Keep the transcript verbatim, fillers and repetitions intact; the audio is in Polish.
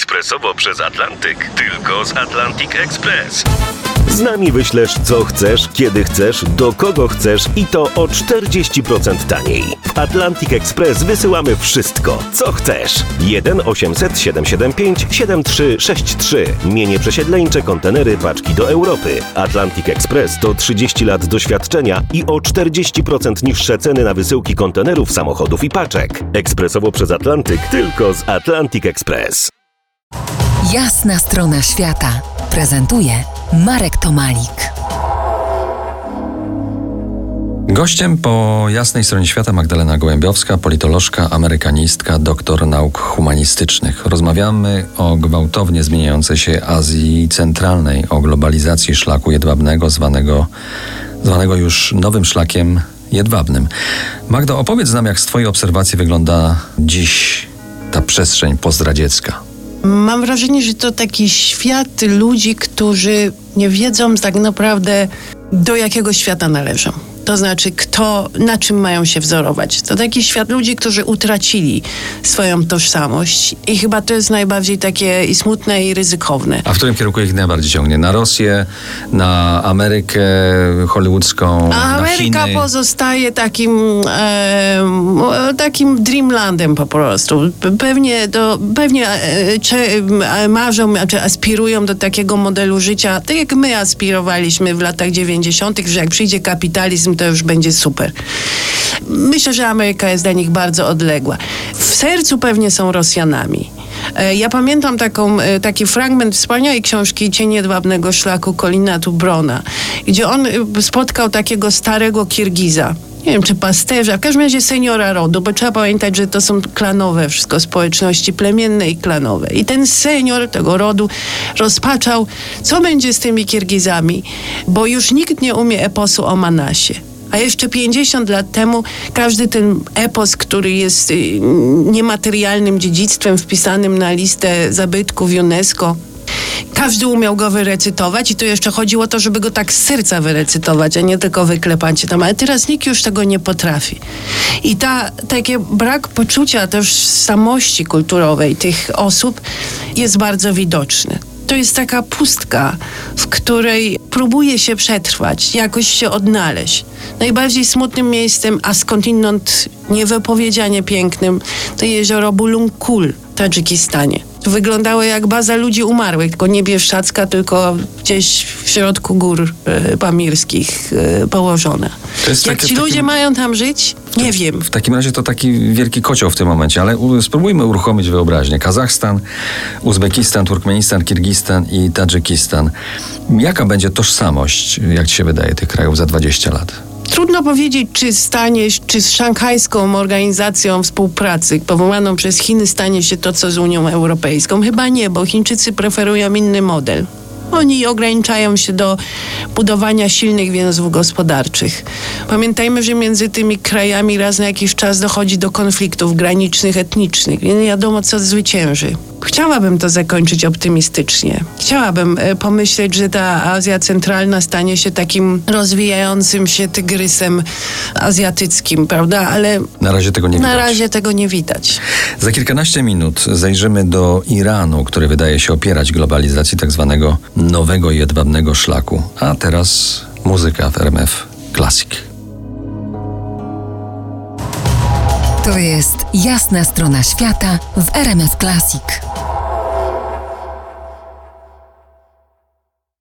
ekspresowo przez Atlantyk. Tylko z Atlantic Express. Z nami wyślesz co chcesz, kiedy chcesz, do kogo chcesz i to o czterdzieści procent taniej. W Atlantic Express wysyłamy wszystko, co chcesz. jeden osiemset siedemset siedemdziesiąt pięć siedemdziesiąt trzy sześćdziesiąt trzy. Mienie przesiedleńcze, kontenery, paczki do Europy. Atlantic Express to trzydzieści lat doświadczenia i o czterdzieści procent niższe ceny na wysyłki kontenerów, samochodów i paczek. Ekspresowo przez Atlantyk, tylko z Atlantic Express. Jasna strona świata prezentuje Marek Tomalik. Gościem po jasnej stronie świata Magdalena Gołębiowska, politolożka, amerykanistka, doktor nauk humanistycznych. Rozmawiamy o gwałtownie zmieniającej się Azji Centralnej, o globalizacji szlaku jedwabnego, zwanego, zwanego już nowym szlakiem jedwabnym. Magdo, opowiedz nam, jak z twojej obserwacji wygląda dziś ta przestrzeń pozdradziecka. Mam wrażenie, że to taki świat ludzi, którzy nie wiedzą tak naprawdę, do jakiego świata należą. To znaczy, kto, na czym mają się wzorować. To taki świat ludzi, którzy utracili swoją tożsamość i chyba to jest najbardziej takie i smutne i ryzykowne. A w którym kierunku ich najbardziej ciągnie? Na Rosję, na Amerykę hollywoodzką, A na Ameryka Chiny? pozostaje takim, e, takim dreamlandem po prostu. Pewnie, do, pewnie e, cze, marzą, czy aspirują do takiego modelu życia, tak jak my aspirowaliśmy w latach dziewięćdziesiątych, że jak przyjdzie kapitalizm, to już będzie super. Myślę, że Ameryka jest dla nich bardzo odległa. W sercu pewnie są Rosjanami. Ja pamiętam taką, taki fragment wspaniałej książki Cień jedwabnego szlaku Colina Tubrona, gdzie on spotkał takiego starego Kirgiza. Nie wiem, czy pasterza, w każdym razie seniora rodu, bo trzeba pamiętać, że to są klanowe wszystko, społeczności plemienne i klanowe. I ten senior tego rodu rozpaczał, co będzie z tymi Kirgizami, bo już nikt nie umie eposu o Manasie. A jeszcze pięćdziesiąt lat temu każdy ten epos, który jest niematerialnym dziedzictwem wpisanym na listę zabytków UNESCO, każdy umiał go wyrecytować i tu jeszcze chodziło o to, żeby go tak z serca wyrecytować, a nie tylko wyklepać tam. Ale teraz nikt już tego nie potrafi. I ta, taki brak poczucia tożsamości kulturowej tych osób jest bardzo widoczny. To jest taka pustka, w której próbuje się przetrwać, jakoś się odnaleźć. Najbardziej smutnym miejscem, a skądinąd niewypowiedzianie pięknym, to jezioro Bulungkul w Tadżykistanie. Wyglądało jak baza ludzi umarłych, tylko nie Bieszczadzka, tylko gdzieś w środku gór e, pamirskich e, położona. Jak takie, ci ludzie takim, mają tam żyć? Nie w, wiem. W takim razie to taki wielki kocioł w tym momencie, ale u, spróbujmy uruchomić wyobraźnię. Kazachstan, Uzbekistan, Turkmenistan, Kirgistan i Tadżykistan. Jaka będzie tożsamość, jak ci się wydaje, tych krajów za dwadzieścia lat? Trudno powiedzieć, czy stanie, czy z szanghajską organizacją współpracy powołaną przez Chiny stanie się to, co z Unią Europejską. Chyba nie, bo Chińczycy preferują inny model. Oni ograniczają się do budowania silnych więzów gospodarczych. Pamiętajmy, że między tymi krajami raz na jakiś czas dochodzi do konfliktów granicznych, etnicznych. Nie wiadomo, co zwycięży. Chciałabym to zakończyć optymistycznie. Chciałabym e, pomyśleć, że ta Azja Centralna stanie się takim rozwijającym się tygrysem azjatyckim, prawda? Ale na razie tego nie widać. Na razie tego nie widać. Za kilkanaście minut zajrzymy do Iranu, który wydaje się opierać globalizacji tak zwanego nowego jedwabnego szlaku. A teraz muzyka w R M F Classic. To jest jasna strona świata w R M F Classic.